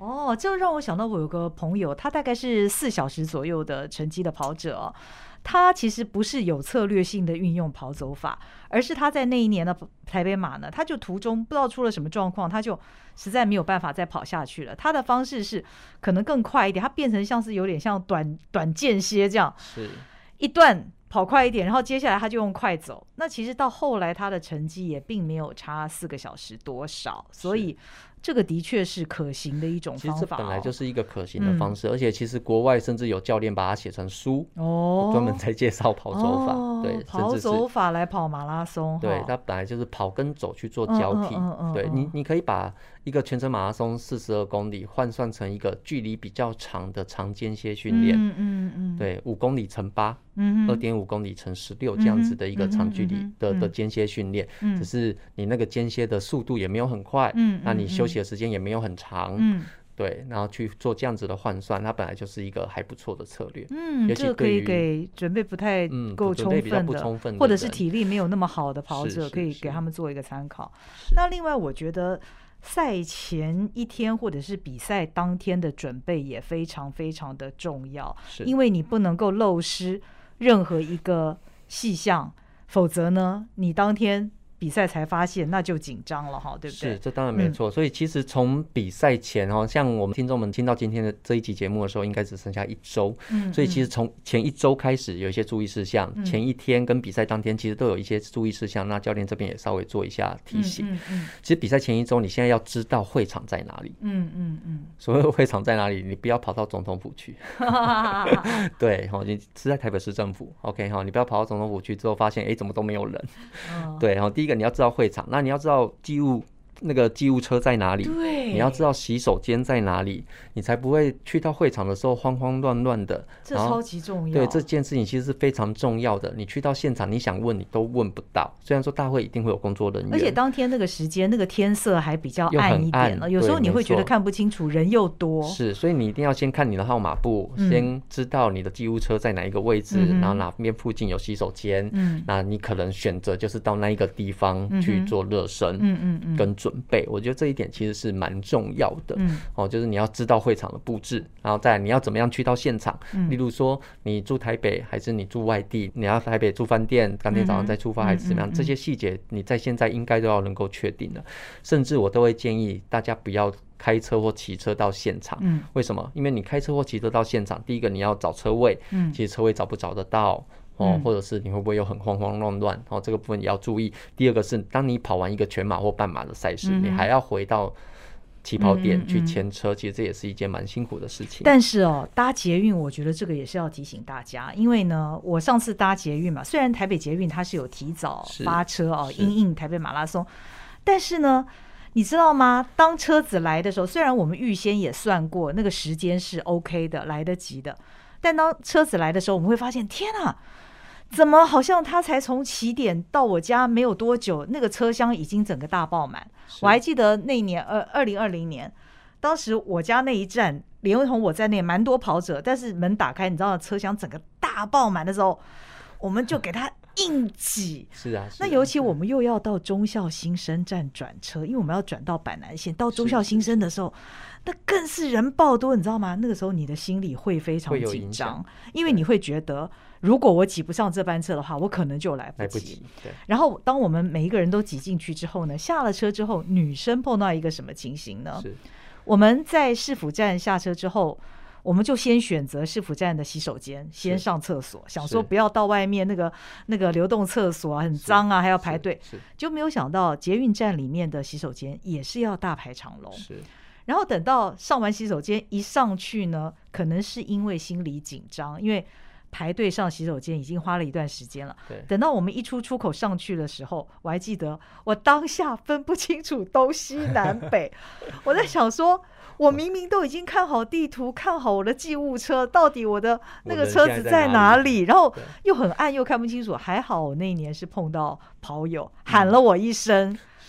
[SPEAKER 1] 哦，这让我想到我有个朋友，他大概是4小时左右的成绩的跑者哦。他其实不是有策略性的运用跑走法，而是他在那一年的台北马呢，他就途中不知道出了什么状况，他就实在没有办法再跑下去了。他的方式是可能更快一点，他变成像是有点像短间歇这样，
[SPEAKER 2] 是
[SPEAKER 1] 一段跑快一点，然后接下来他就用快走。那其实到后来他的成绩也并没有差4个小时多少，所以这个的确是可行的一种方法。
[SPEAKER 2] 其实这本来就是一个可行的方式，而且其实国外甚至有教练把它写成书，专门在介绍跑走法。对，
[SPEAKER 1] 跑走法来跑马拉松。
[SPEAKER 2] 对，它本来就是跑跟走去做交替。对，你可以把一个全程马拉松42公里换算成一个距离比较长的长间歇训练。对，5公里乘8，2.5公里乘16这样子的一个长距离的间歇训练。只是你那个间歇的速度也没有很快，那你休息的时间也没有很长。对，然后去做这样子的换算，它本来就是一个还不错的策略。
[SPEAKER 1] 这个可以给准备不太够充分的，或者是体力没有那么好的跑者，可以给他们做一个参考。那另外，我觉得赛前一天或者是比赛当天的准备也非常非常的重要，因为你不能够漏失任何一个细项，否则呢，你当天比赛才发现，那就紧张了哈，对不对？
[SPEAKER 2] 是，这当然没错。所以其实从比赛前像我们听众们听到今天的这一集节目的时候，应该只剩下1周。所以其实从前1周开始有一些注意事项，前一天跟比赛当天其实都有一些注意事项。那教练这边也稍微做一下提醒。其实比赛前1周，你现在要知道会场在哪里。所谓的会场在哪里，你不要跑到总统府去。对，你是在台北市政府 ，OK 你不要跑到总统府去之后发现，怎么都没有人。对，第一个你要知道会场，那你要知道那个机务车在哪里？
[SPEAKER 1] 对，
[SPEAKER 2] 你要知道洗手间在哪里，你才不会去到会场的时候慌慌乱乱的。
[SPEAKER 1] 这超级重要。
[SPEAKER 2] 对，这件事情其实是非常重要的。你去到现场，你想问你都问不到。虽然说大会一定会有工作人员，
[SPEAKER 1] 而且当天那个时间，那个天色还比较暗一点了，有时候你会觉得看不清楚，人又多。
[SPEAKER 2] 是，所以你一定要先看你的号码布，先知道你的机务车在哪一个位置，然后哪边附近有洗手间。那你可能选择就是到那一个地方去做热身，跟准备。我觉得这一点其实是蛮重要的。就是你要知道会场的布置，然后再来你要怎么样去到现场。例如说你住台北还是你住外地，你要台北住饭店，当天早上再出发还是怎么样，这些细节你在现在应该都要能够确定的。甚至我都会建议大家不要开车或骑车到现场。为什么？因为你开车或骑车到现场，第一个你要找车位，其实车位找不找得到，或者是你会不会有很慌慌乱乱，这个部分也要注意。第二个是当你跑完一个全马或半马的赛事，你还要回到起跑点去牵车，其实这也是一件蛮辛苦的事情。
[SPEAKER 1] 但是搭捷运我觉得这个也是要提醒大家，因为呢我上次搭捷运嘛，虽然台北捷运它是有提早发车因应台北马拉松，但是呢你知道吗，当车子来的时候，虽然我们预先也算过那个时间是 OK 的，来得及的，但当车子来的时候，我们会发现天啊，怎么好像他才从起点到我家没有多久，那个车厢已经整个大爆满。我还记得那一年2020年，当时我家那一站连同我在内蛮多跑者，但是门打开，你知道车厢整个大爆满的时候，我们就给他硬挤。
[SPEAKER 2] 是啊，
[SPEAKER 1] 那尤其我们又要到忠孝新生站转车，因为我们要转到板南线，到忠孝新生的时候，那更是人爆多，你知道吗？那个时候你的心里会非常紧张，因为你会觉得如果我挤不上这班车的话，我可能就来不及。然后当我们每一个人都挤进去之后呢，下了车之后，女生碰到一个什么情形呢？我们在市府站下车之后，我们就先选择市府站的洗手间，先上厕所，想说不要到外面那个流动厕所很脏啊，还要排队，就没有想到捷运站里面的洗手间也是要大排长龙。然后等到上完洗手间一上去呢，可能是因为心里紧张，因为排队上洗手间已经花了一段时间了。等到我们一出口上去的时候，我还记得我当下分不清楚东西南北我在想说，我明明都已经看好地图，看好我的寄物车，到底我的那个车子在哪里？然后又很暗又看不清楚。还好我那一年是碰到跑友喊了我一声，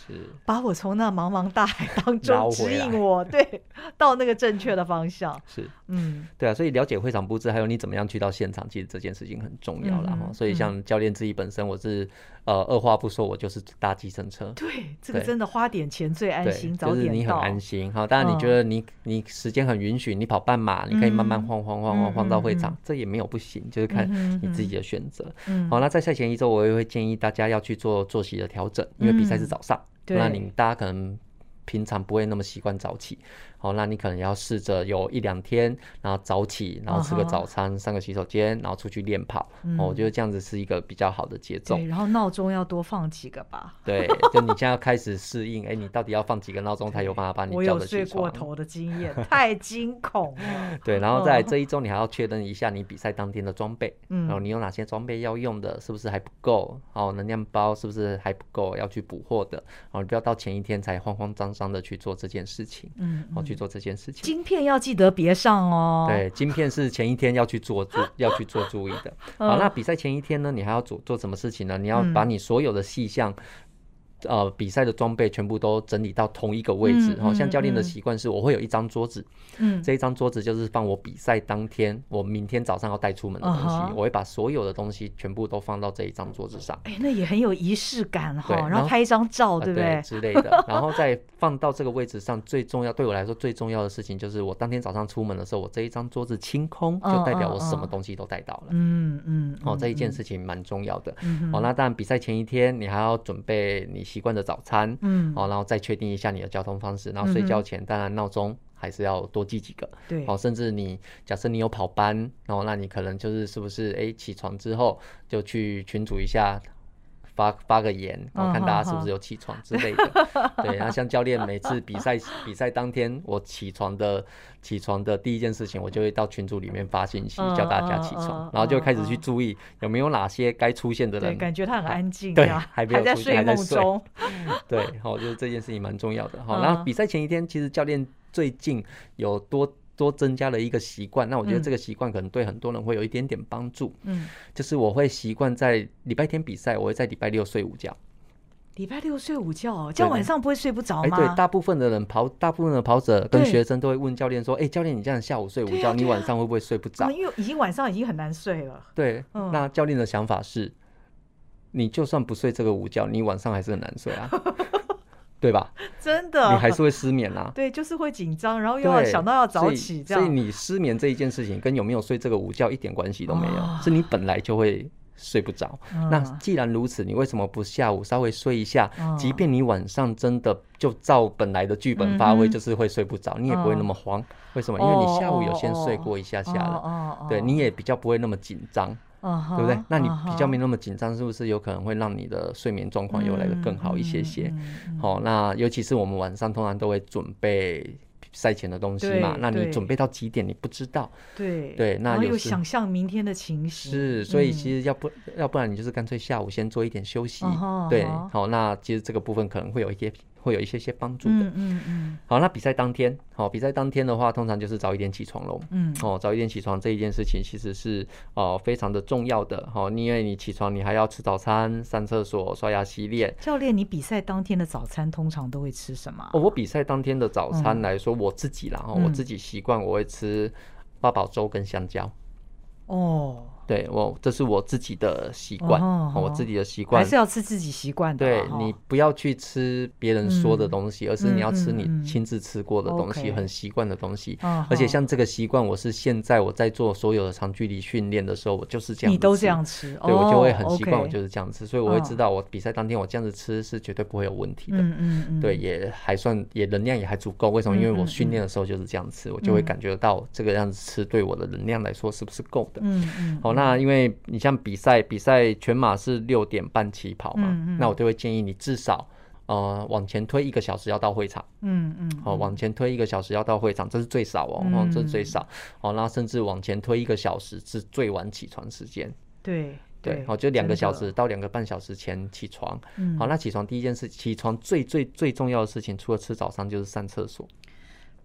[SPEAKER 1] 把我从那茫茫大海当中指引我，对，到那个正确的方向。
[SPEAKER 2] 是，对啊，所以了解会场布置，还有你怎么样去到现场，其实这件事情很重要啦。所以像教练自己本身，我是二话不说，我就是搭计程车。
[SPEAKER 1] 对，这个真的花点钱最安心，早点到，
[SPEAKER 2] 就是你很安心。好，当然你觉得你时间很允许，你跑半马，你可以慢慢晃到会场，这也没有不行，就是看你自己的选择。好，那在赛前1周，我也会建议大家要去做作息的调整，因为比赛是早上，那大家可能平常不会那么习惯早起。好，那你可能要试着有1-2天，然后早起，然后吃个早餐，上个洗手间，然后出去练跑。我觉得这样子是一个比较好的节奏。
[SPEAKER 1] 对，然后闹钟要多放几个吧。
[SPEAKER 2] 对，就你现在要开始适应，你到底要放几个闹钟才有办法把你叫得起床？
[SPEAKER 1] 我有睡过头的经验，太惊恐了。
[SPEAKER 2] 对，然后在这1周，你还要确认一下你比赛当天的装备，然后你有哪些装备要用的，是不是还不够？能量包是不是还不够，要去补货的？你不要到前一天才慌慌张张的去做这件事情。去做这件事情。
[SPEAKER 1] 晶片要记得别上哦。
[SPEAKER 2] 对，晶片是前一天要去做注意的。好，那比赛前一天呢，你还要做什么事情呢？你要把你所有的细项。比赛的装备全部都整理到同一个位置。像教练的习惯是，我会有一张桌子，这一张桌子就是放我比赛当天，我明天早上要带出门的东西，我会把所有的东西全部都放到这一张桌子上。
[SPEAKER 1] 那也很有仪式感哈。然后拍一张照，对不对？
[SPEAKER 2] 之类的，然后再放到这个位置上。最重要，对我来说最重要的事情就是，我当天早上出门的时候，我这一张桌子清空，就代表我什么东西都带到了。这一件事情蛮重要的。那当然比赛前一天，你还要准备你习惯的早餐，然后再确定一下你的交通方式，然后睡觉前当然闹钟还是要多记几个，
[SPEAKER 1] 对，
[SPEAKER 2] 甚至假设你有跑班，然后那你可能是不是起床之后就去群组一下。发个言，看大家是不是有起床之类的。对，然后像教练每次比赛当天，我起床的第一件事情，我就会到群组里面发信息叫大家起床，然后就开始去注意有没有哪些该出现的人。
[SPEAKER 1] 对，感觉他很安静，
[SPEAKER 2] 对，还在
[SPEAKER 1] 睡梦中。
[SPEAKER 2] 对，就是这件事情蛮重要的。然后比赛前一天，其实教练最近有多增加了一个习惯，那我觉得这个习惯可能对很多人会有一点点帮助。就是我会习惯在礼拜天比赛，我会在礼拜六睡午觉。
[SPEAKER 1] 礼拜六睡午觉，这样晚上不会睡不着吗？
[SPEAKER 2] 对，大部分的跑者跟学生都会问教练说：“教练，你这样下午睡午觉，你晚上会不会睡不着？”
[SPEAKER 1] 因为晚上已经很难睡了。
[SPEAKER 2] 对，那教练的想法是，你就算不睡这个午觉，你晚上还是很难睡啊。对吧？
[SPEAKER 1] 真的，
[SPEAKER 2] 你还是会失眠啊。
[SPEAKER 1] 对，就是会紧张，然后又要想到要早起，这样。
[SPEAKER 2] 所以你失眠这一件事情跟有没有睡这个午觉一点关系都没有，是你本来就会睡不着。那既然如此，你为什么不下午稍微睡一下？即便你晚上真的就照本来的剧本发挥，就是会睡不着，你也不会那么慌。为什么？因为你下午有先睡过一下下了，对，你也比较不会那么紧张。对不对？那你比较没那么紧张，是不是有可能会让你的睡眠状况又来得更好一些些？那尤其是我们晚上通常都会准备赛前的东西嘛，那你准备到几点你不知道？对，那
[SPEAKER 1] 有想象明天的情形。
[SPEAKER 2] 是，所以其实要不然你就是干脆下午先做一点休息。对，那其实这个部分可能会有一些帮助的。好，那比赛当天的话，通常就是早一点起床喽。早一点起床这一件事情其实是非常的重要的。因为你起床，你还要吃早餐、上厕所、刷牙、洗脸。
[SPEAKER 1] 教练，你比赛当天的早餐通常都会吃什么？
[SPEAKER 2] 我比赛当天的早餐来说，我自己啦，我自己习惯我会吃八宝粥跟香蕉。对，这是我自己的习惯，我自己的习惯
[SPEAKER 1] 还是要吃自己习惯的。
[SPEAKER 2] 对，你不要去吃别人说的东西，而是你要吃你亲自吃过的东西，很习惯的东西。而且像这个习惯，我是现在我在做所有的长距离训练的时候，我就是这样吃。
[SPEAKER 1] 你都这样吃，
[SPEAKER 2] 对，我就会很习惯，我就是这样吃，所以我会知道我比赛当天我这样子吃是绝对不会有问题的。对，也还算能量也还足够。为什么？因为我训练的时候就是这样吃，我就会感觉到这个样子吃对我的能量来说是不是够的。好，那因为你像比赛全马是6点半起跑嘛，那我就会建议你至少往前推1个小时要到会场。往前推1个小时要到会场，这是最少这是最少。那甚至往前推1个小时是最晚起床时间。
[SPEAKER 1] 对，
[SPEAKER 2] 就2个小时到2个半小时前起床。好，那起床第一件事，起床最重要的事情，除了吃早餐就是上厕所。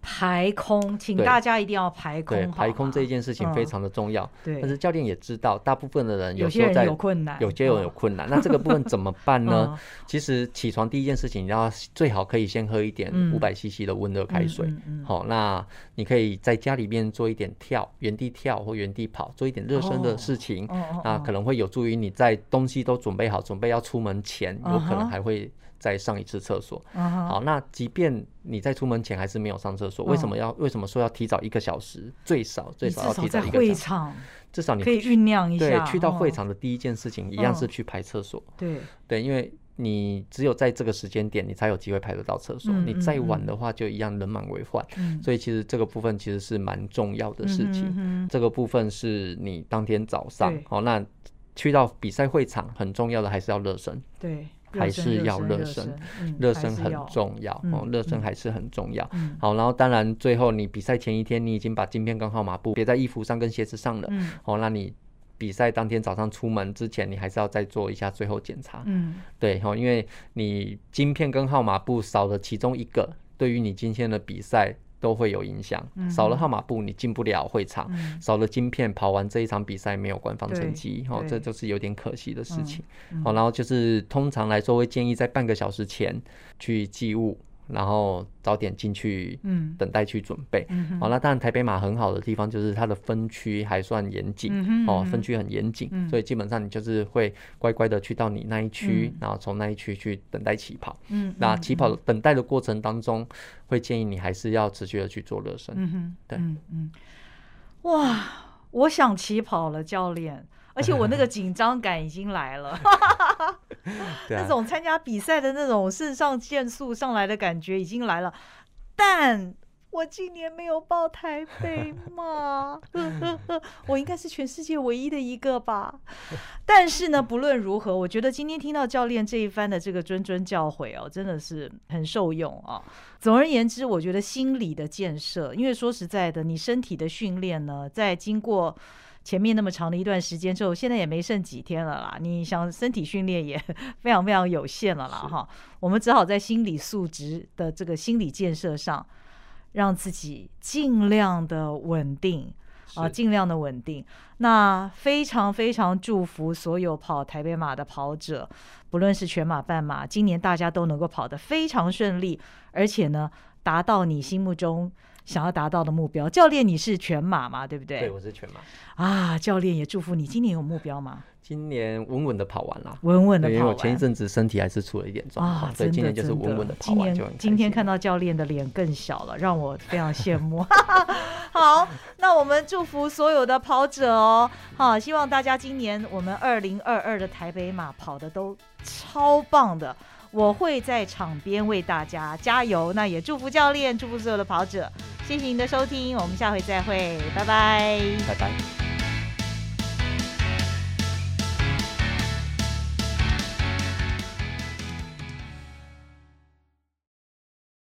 [SPEAKER 1] 排空，请大家一定要排空。
[SPEAKER 2] 对，排空这一件事情非常的重要。
[SPEAKER 1] 对，
[SPEAKER 2] 但是教练也知道，大部分的人
[SPEAKER 1] 有些人有困难，
[SPEAKER 2] 有些人有困难。那这个部分怎么办呢？其实起床第一件事情，你要最好可以先喝一点500cc 的温热开水。好，那你可以在家里面做一点原地跳或原地跑，做一点热身的事情。那可能会有助于你在东西都准备好，准备要出门前，有可能还会再上一次厕所。好，那即便你在出门前还是没有上厕所，为什么说要提早1个小时？最少要提早1个小时。
[SPEAKER 1] 会场
[SPEAKER 2] 至少你
[SPEAKER 1] 可以酝酿一下。
[SPEAKER 2] 对，去到会场的第一件事情一样是去排厕所。对，因为你只有在这个时间点，你才有机会排得到厕所。你再晚的话，就一样人满为患。所以其实这个部分其实是蛮重要的事情。这个部分是你当天早上，好，那去到比赛会场，很重要的还是要热身。
[SPEAKER 1] 对。
[SPEAKER 2] 还是要热身，热身很重要。热身还是很重要。好，然后当然最后你比赛前一天，你已经把晶片跟号码布别在衣服上跟鞋子上了。好，那你比赛当天早上出门之前，你还是要再做一下最后检查。对，因为你晶片跟号码布少了其中一个，对于你今天的比赛都会有影响。少了号码布，你进不了会场；少了晶片，跑完这一场比赛没有官方成绩。这就是有点可惜的事情。然后就是通常来说会建议在半个小时前去寄物，然后早点进去等待去准备。好，那当然台北马很好的地方就是它的分区还算严谨。分区很严谨，所以基本上你就是会乖乖的去到你那一区，然后从那一区去等待起跑。那起跑等待的过程当中，会建议你还是要持续的去做热身。对。
[SPEAKER 1] 哇，我想起跑了，教练。而且我那个紧张感已经来了。那种参加比赛的那种肾上腺素上来的感觉已经来了，但我今年没有报台北马。我应该是全世界唯一的一个吧。但是呢，不论如何，我觉得今天听到教练这一番的这个谆谆教诲哦，真的是很受用啊。总而言之，我觉得心理的建设，因为说实在的，你身体的训练呢，在经过前面那么长的一段时间之后，现在也没剩几天了啦，你想身体训练也非常非常有限了啦哈。我们只好在心理素质的这个心理建设上，让自己尽量的稳定啊，尽量的稳定。那非常非常祝福所有跑台北马的跑者，不论是全马半马，今年大家都能够跑得非常顺利，而且呢，达到你心目中想要达到的目标。教练，你是全马嘛？对不对？
[SPEAKER 2] 对，我是全马。
[SPEAKER 1] 教练也祝福你。今年有目标吗？
[SPEAKER 2] 今年稳稳的跑完了，
[SPEAKER 1] 稳稳的跑完。
[SPEAKER 2] 因为我前一阵子身体还是出了一点状况，所以今年就是稳稳的跑完就很开心。
[SPEAKER 1] 今天看到教练的脸更小了，让我非常羡慕。好，那我们祝福所有的跑者哦。好，希望大家今年我们2022的台北马跑的都超棒的。我会在场边为大家加油。那也祝福教练，祝福所有的跑者。谢谢您的收听，我们下回再会，拜拜，
[SPEAKER 2] 拜拜。